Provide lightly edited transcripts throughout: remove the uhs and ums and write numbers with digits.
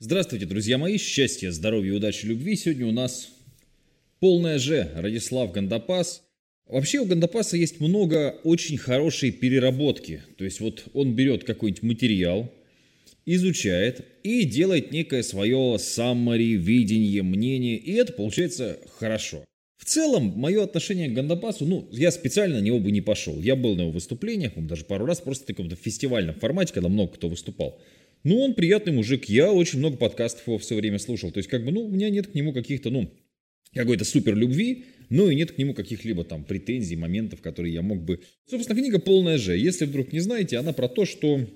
Здравствуйте, друзья мои! Счастья, здоровья, удачи, любви. Сегодня у нас полное Ж. Радислав Гандапас. Вообще у Гандапаса есть много очень хорошей переработки. То есть вот он берет какой-нибудь материал, изучает и делает некое свое summary, видение, мнение. И это получается хорошо. В целом, мое отношение к Гандапасу, я специально на него бы не пошел. Я был на его выступлениях, даже пару раз, просто в таком-то фестивальном формате, когда много кто выступал. Он приятный мужик, я очень много подкастов его все время слушал. То есть, у меня нет к нему каких-то, какой-то супер любви, но и нет к нему каких-либо там претензий, моментов, которые я мог бы... Собственно, книга полная Ж. Если вдруг не знаете, она про то, что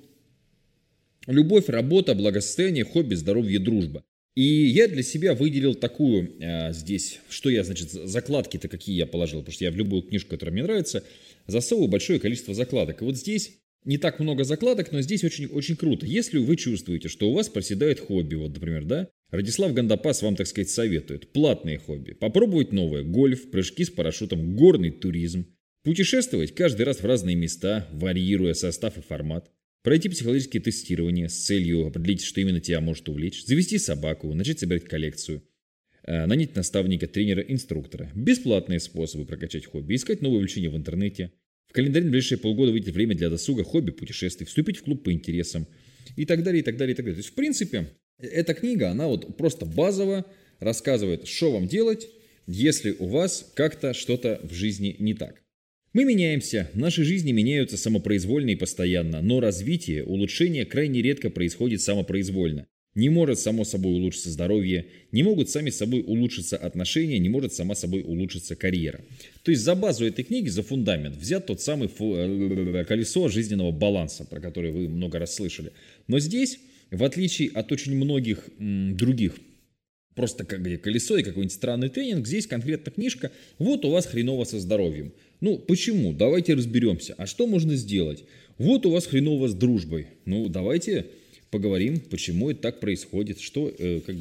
любовь, работа, благосостояние, хобби, здоровье, дружба. И я для себя выделил такую здесь, закладки-то какие я положил, потому что я в любую книжку, которая мне нравится, засовываю большое количество закладок. И вот здесь не так много закладок, но здесь очень круто. Если вы чувствуете, что у вас проседает хобби, например, Радислав Гандапас вам, так сказать, советует платные хобби. Попробовать новое: гольф, прыжки с парашютом, горный туризм. Путешествовать каждый раз в разные места, варьируя состав и формат. Пройти психологические тестирования с целью определить, что именно тебя может увлечь. Завести собаку, начать собирать коллекцию. Нанять наставника, тренера, инструктора. Бесплатные способы прокачать хобби. Искать новые увлечения в интернете. В календаре на ближайшие полгода выделить время для досуга, хобби, путешествий, вступить в клуб по интересам и так далее, и так далее, и так далее. То есть, в принципе, эта книга, она просто базово рассказывает, что вам делать, если у вас как-то что-то в жизни не так. Мы меняемся, наши жизни меняются самопроизвольно и постоянно, но развитие, улучшение крайне редко происходит самопроизвольно. Не может само собой улучшиться здоровье, не могут сами собой улучшиться отношения, не может сама собой улучшиться карьера. То есть за базу этой книги, за фундамент взят тот самый колесо жизненного баланса, про который вы много раз слышали. Но здесь, в отличие от очень многих других, просто как колесо и какой-нибудь странный тренинг, здесь конкретно книжка, вот у вас хреново со здоровьем. Почему? Давайте разберемся. А что можно сделать? Вот у вас хреново с дружбой. Давайте поговорим, почему это так происходит, что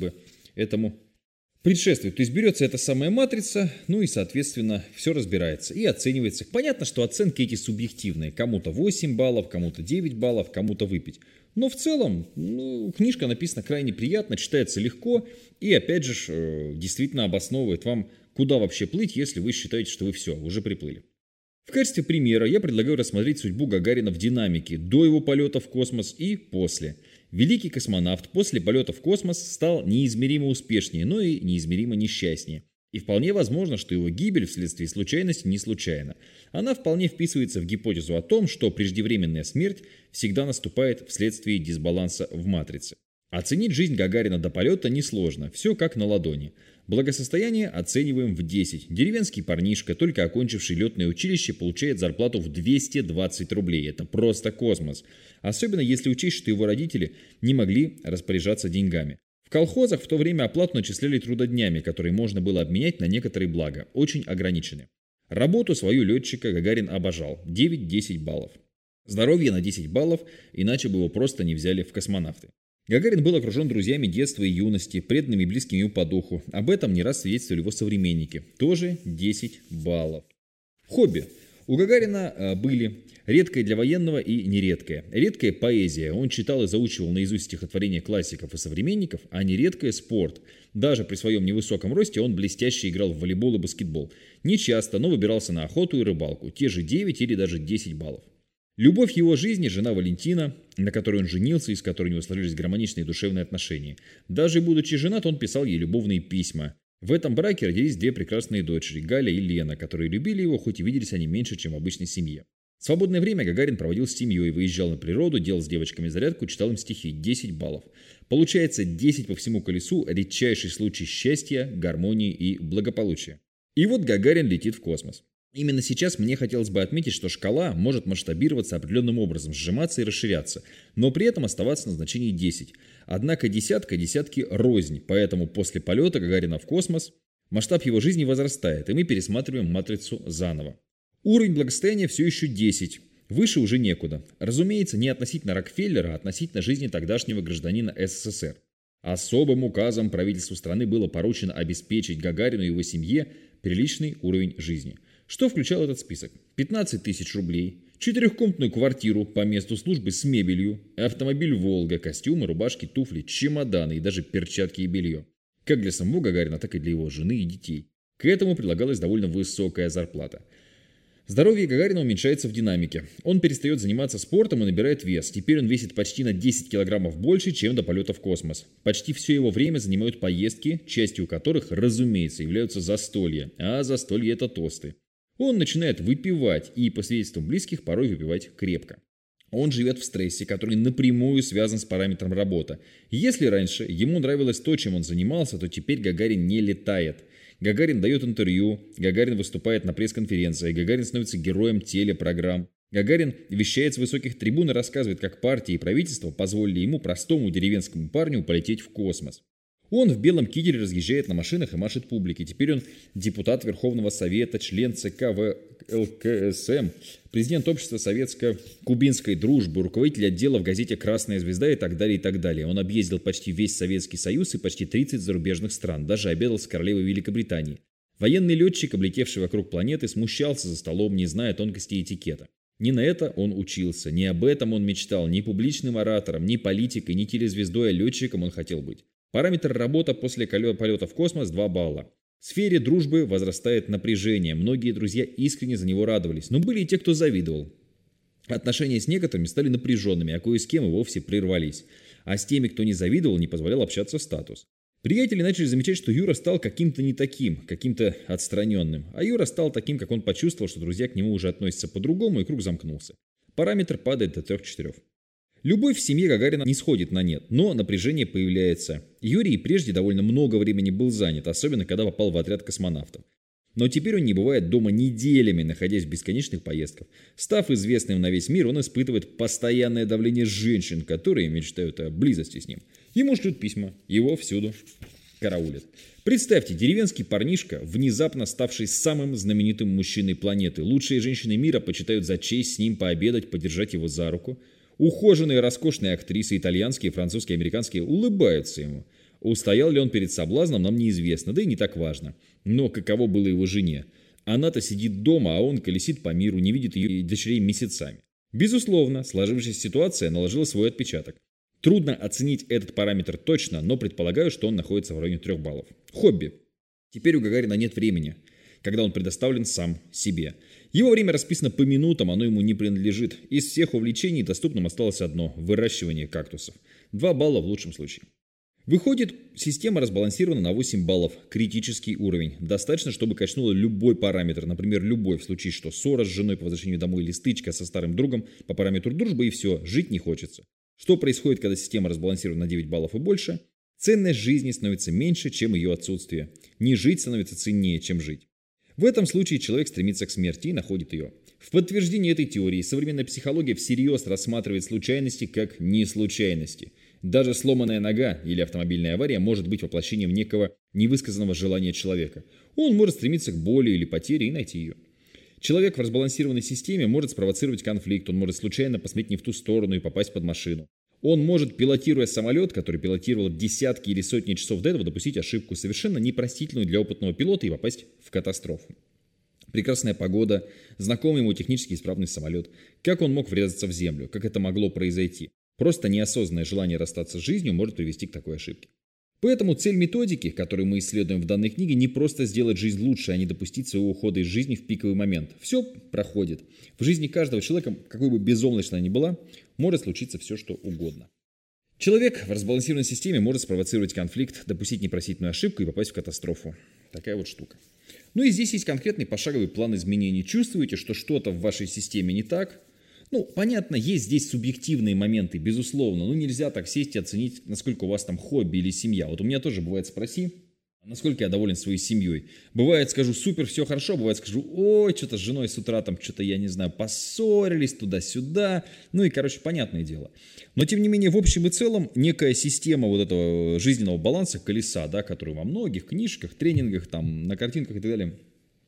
этому предшествует. То есть берется эта самая матрица, и, соответственно, все разбирается и оценивается. Понятно, что оценки эти субъективные. Кому-то 8 баллов, кому-то 9 баллов, кому-то выпить. Но в целом, книжка написана крайне приятно, читается легко и, опять же, действительно обосновывает вам, куда вообще плыть, если вы считаете, что вы все, уже приплыли. В качестве примера я предлагаю рассмотреть судьбу Гагарина в динамике до его полета в космос и после. Великий космонавт после полета в космос стал неизмеримо успешнее, но и неизмеримо несчастнее. И вполне возможно, что его гибель вследствие случайности не случайна. Она вполне вписывается в гипотезу о том, что преждевременная смерть всегда наступает вследствие дисбаланса в матрице. Оценить жизнь Гагарина до полета несложно, все как на ладони. Благосостояние оцениваем в 10. Деревенский парнишка, только окончивший летное училище, получает зарплату в 220 рублей. Это просто космос. Особенно если учесть, что его родители не могли распоряжаться деньгами. В колхозах в то время оплату начисляли трудоднями, которые можно было обменять на некоторые блага, очень ограничены. Работу свою летчика Гагарин обожал. 9-10 баллов. Здоровье на 10 баллов, иначе бы его просто не взяли в космонавты. Гагарин был окружен друзьями детства и юности, преданными и близкими ему по духу. Об этом не раз свидетельствовали его современники. Тоже 10 баллов. Хобби. У Гагарина были редкое для военного и нередкое. Редкая поэзия. Он читал и заучивал наизусть стихотворения классиков и современников, а нередкое спорт. Даже при своем невысоком росте он блестяще играл в волейбол и баскетбол. Не часто, но выбирался на охоту и рыбалку. Те же 9 или даже 10 баллов. Любовь его жизни – жена Валентина, на которой он женился и с которой у него сложились гармоничные душевные отношения. Даже будучи женат, он писал ей любовные письма. В этом браке родились две прекрасные дочери – Галя и Лена, которые любили его, хоть и виделись они меньше, чем в обычной семье. В свободное время Гагарин проводил с семьей, выезжал на природу, делал с девочками зарядку, читал им стихи – 10 баллов. Получается 10 по всему колесу – редчайший случай счастья, гармонии и благополучия. И вот Гагарин летит в космос. Именно сейчас мне хотелось бы отметить, что шкала может масштабироваться определенным образом, сжиматься и расширяться, но при этом оставаться на значении 10. Однако десятки рознь, поэтому после полета Гагарина в космос масштаб его жизни возрастает, и мы пересматриваем матрицу заново. Уровень благосостояния все еще 10, выше уже некуда. Разумеется, не относительно Рокфеллера, а относительно жизни тогдашнего гражданина СССР. Особым указом правительству страны было поручено обеспечить Гагарину и его семье приличный уровень жизни. Что включал этот список? 15 тысяч рублей, 4-комнатную квартиру по месту службы с мебелью, автомобиль «Волга», костюмы, рубашки, туфли, чемоданы и даже перчатки и белье. Как для самого Гагарина, так и для его жены и детей. К этому прилагалась довольно высокая зарплата. Здоровье Гагарина уменьшается в динамике. Он перестает заниматься спортом и набирает вес. Теперь он весит почти на 10 килограммов больше, чем до полета в космос. Почти все его время занимают поездки, частью которых, разумеется, являются застолья. А застолье – это тосты. Он начинает выпивать и, по свидетельствам близких, порой выпивать крепко. Он живет в стрессе, который напрямую связан с параметром работа. Если раньше ему нравилось то, чем он занимался, то теперь Гагарин не летает. Гагарин дает интервью, Гагарин выступает на пресс-конференции, Гагарин становится героем телепрограмм. Гагарин вещает с высоких трибун и рассказывает, как партия и правительство позволили ему, простому деревенскому парню, полететь в космос. Он в белом кителе разъезжает на машинах и машет публике. Теперь он депутат Верховного Совета, член ЦК ВЛКСМ, президент Общества советско-кубинской дружбы, руководитель отдела в газете «Красная звезда» и так далее, и так далее. Он объездил почти весь Советский Союз и почти 30 зарубежных стран, даже обедал с королевой Великобритании. Военный летчик, облетевший вокруг планеты, смущался за столом, не зная тонкостей этикета. Не на это он учился, не об этом он мечтал, ни публичным оратором, ни политикой, ни телезвездой, а летчиком он хотел быть. Параметр работа после полета в космос 2 балла. В сфере дружбы возрастает напряжение. Многие друзья искренне за него радовались, но были и те, кто завидовал. Отношения с некоторыми стали напряженными, а кое с кем и вовсе прервались. А с теми, кто не завидовал, не позволял общаться в статус. Приятели начали замечать, что Юра стал каким-то не таким, каким-то отстраненным. А Юра стал таким, как он почувствовал, что друзья к нему уже относятся по-другому, и круг замкнулся. Параметр падает до 3-4. Любовь в семье Гагарина не сходит на нет, но напряжение появляется. Юрий прежде довольно много времени был занят, особенно когда попал в отряд космонавтов. Но теперь он не бывает дома неделями, находясь в бесконечных поездках. Став известным на весь мир, он испытывает постоянное давление женщин, которые мечтают о близости с ним. Ему шлют письма, его всюду караулят. Представьте, деревенский парнишка, внезапно ставший самым знаменитым мужчиной планеты. Лучшие женщины мира почитают за честь с ним пообедать, подержать его за руку. Ухоженные роскошные актрисы, итальянские, французские, американские, улыбаются ему. Устоял ли он перед соблазном, нам неизвестно, да и не так важно. Но каково было его жене? Она-то сидит дома, а он колесит по миру, не видит ее дочерей месяцами. Безусловно, сложившаяся ситуация наложила свой отпечаток. Трудно оценить этот параметр точно, но предполагаю, что он находится в районе 3 баллов. Хобби. Теперь у Гагарина нет времени, когда он предоставлен сам себе. Его время расписано по минутам, оно ему не принадлежит. Из всех увлечений доступным осталось одно – выращивание кактусов. 2 балла в лучшем случае. Выходит, система разбалансирована на 8 баллов. Критический уровень. Достаточно, чтобы качнуло любой параметр. Например, любой в случае, что ссора с женой по возвращению домой или стычка со старым другом по параметру дружбы, и все, жить не хочется. Что происходит, когда система разбалансирована на 9 баллов и больше? Ценность жизни становится меньше, чем ее отсутствие. Не жить становится ценнее, чем жить. В этом случае человек стремится к смерти и находит ее. В подтверждение этой теории современная психология всерьез рассматривает случайности как неслучайности. Даже сломанная нога или автомобильная авария может быть воплощением некого невысказанного желания человека. Он может стремиться к боли или потере и найти ее. Человек в разбалансированной системе может спровоцировать конфликт, он может случайно посмотреть не в ту сторону и попасть под машину. Он может, пилотируя самолет, который пилотировал десятки или сотни часов до этого, допустить ошибку, совершенно непростительную для опытного пилота, и попасть в катастрофу. Прекрасная погода, знакомый ему технически исправный самолет. Как он мог врезаться в землю? Как это могло произойти? Просто неосознанное желание расстаться с жизнью может привести к такой ошибке. Поэтому цель методики, которую мы исследуем в данной книге, не просто сделать жизнь лучше, а не допустить своего ухода из жизни в пиковый момент. Все проходит. В жизни каждого человека, какой бы безоблачной она ни была, может случиться все, что угодно. Человек в разбалансированной системе может спровоцировать конфликт, допустить непростительную ошибку и попасть в катастрофу. Такая вот штука. Ну и здесь есть конкретный пошаговый план изменений. Чувствуете, что что-то в вашей системе не так? Ну, понятно, есть здесь субъективные моменты, безусловно. Ну, нельзя так сесть и оценить, насколько у вас там хобби или семья. Вот у меня тоже бывает, спроси, насколько я доволен своей семьей. Бывает, скажу, супер, все хорошо. Бывает, скажу, ой, что-то с женой с утра там, что-то, я не знаю, поссорились туда-сюда. Ну и, короче, понятное дело. Но, тем не менее, в общем и целом, некая система вот этого жизненного баланса, колеса, да, которую во многих книжках, тренингах, там, на картинках и так далее,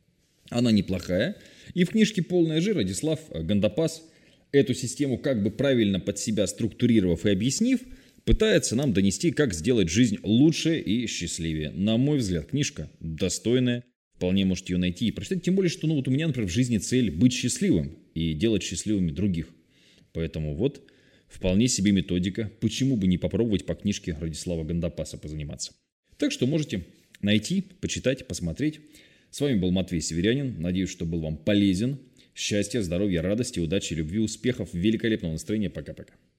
она неплохая. И в книжке «Полная жир» Радислав Гандапас, эту систему как бы правильно под себя структурировав и объяснив, пытается нам донести, как сделать жизнь лучше и счастливее. На мой взгляд, книжка достойная. вполне можете ее найти и прочитать. Тем более, что вот у меня, например, в жизни цель быть счастливым и делать счастливыми других. Поэтому вот вполне себе методика. Почему бы не попробовать по книжке Радислава Гандапаса позаниматься. Так что можете найти, почитать, посмотреть. С вами был Матвей Северянин. Надеюсь, что был вам полезен. Счастья, здоровья, радости, удачи, любви, успехов, великолепного настроения. Пока-пока.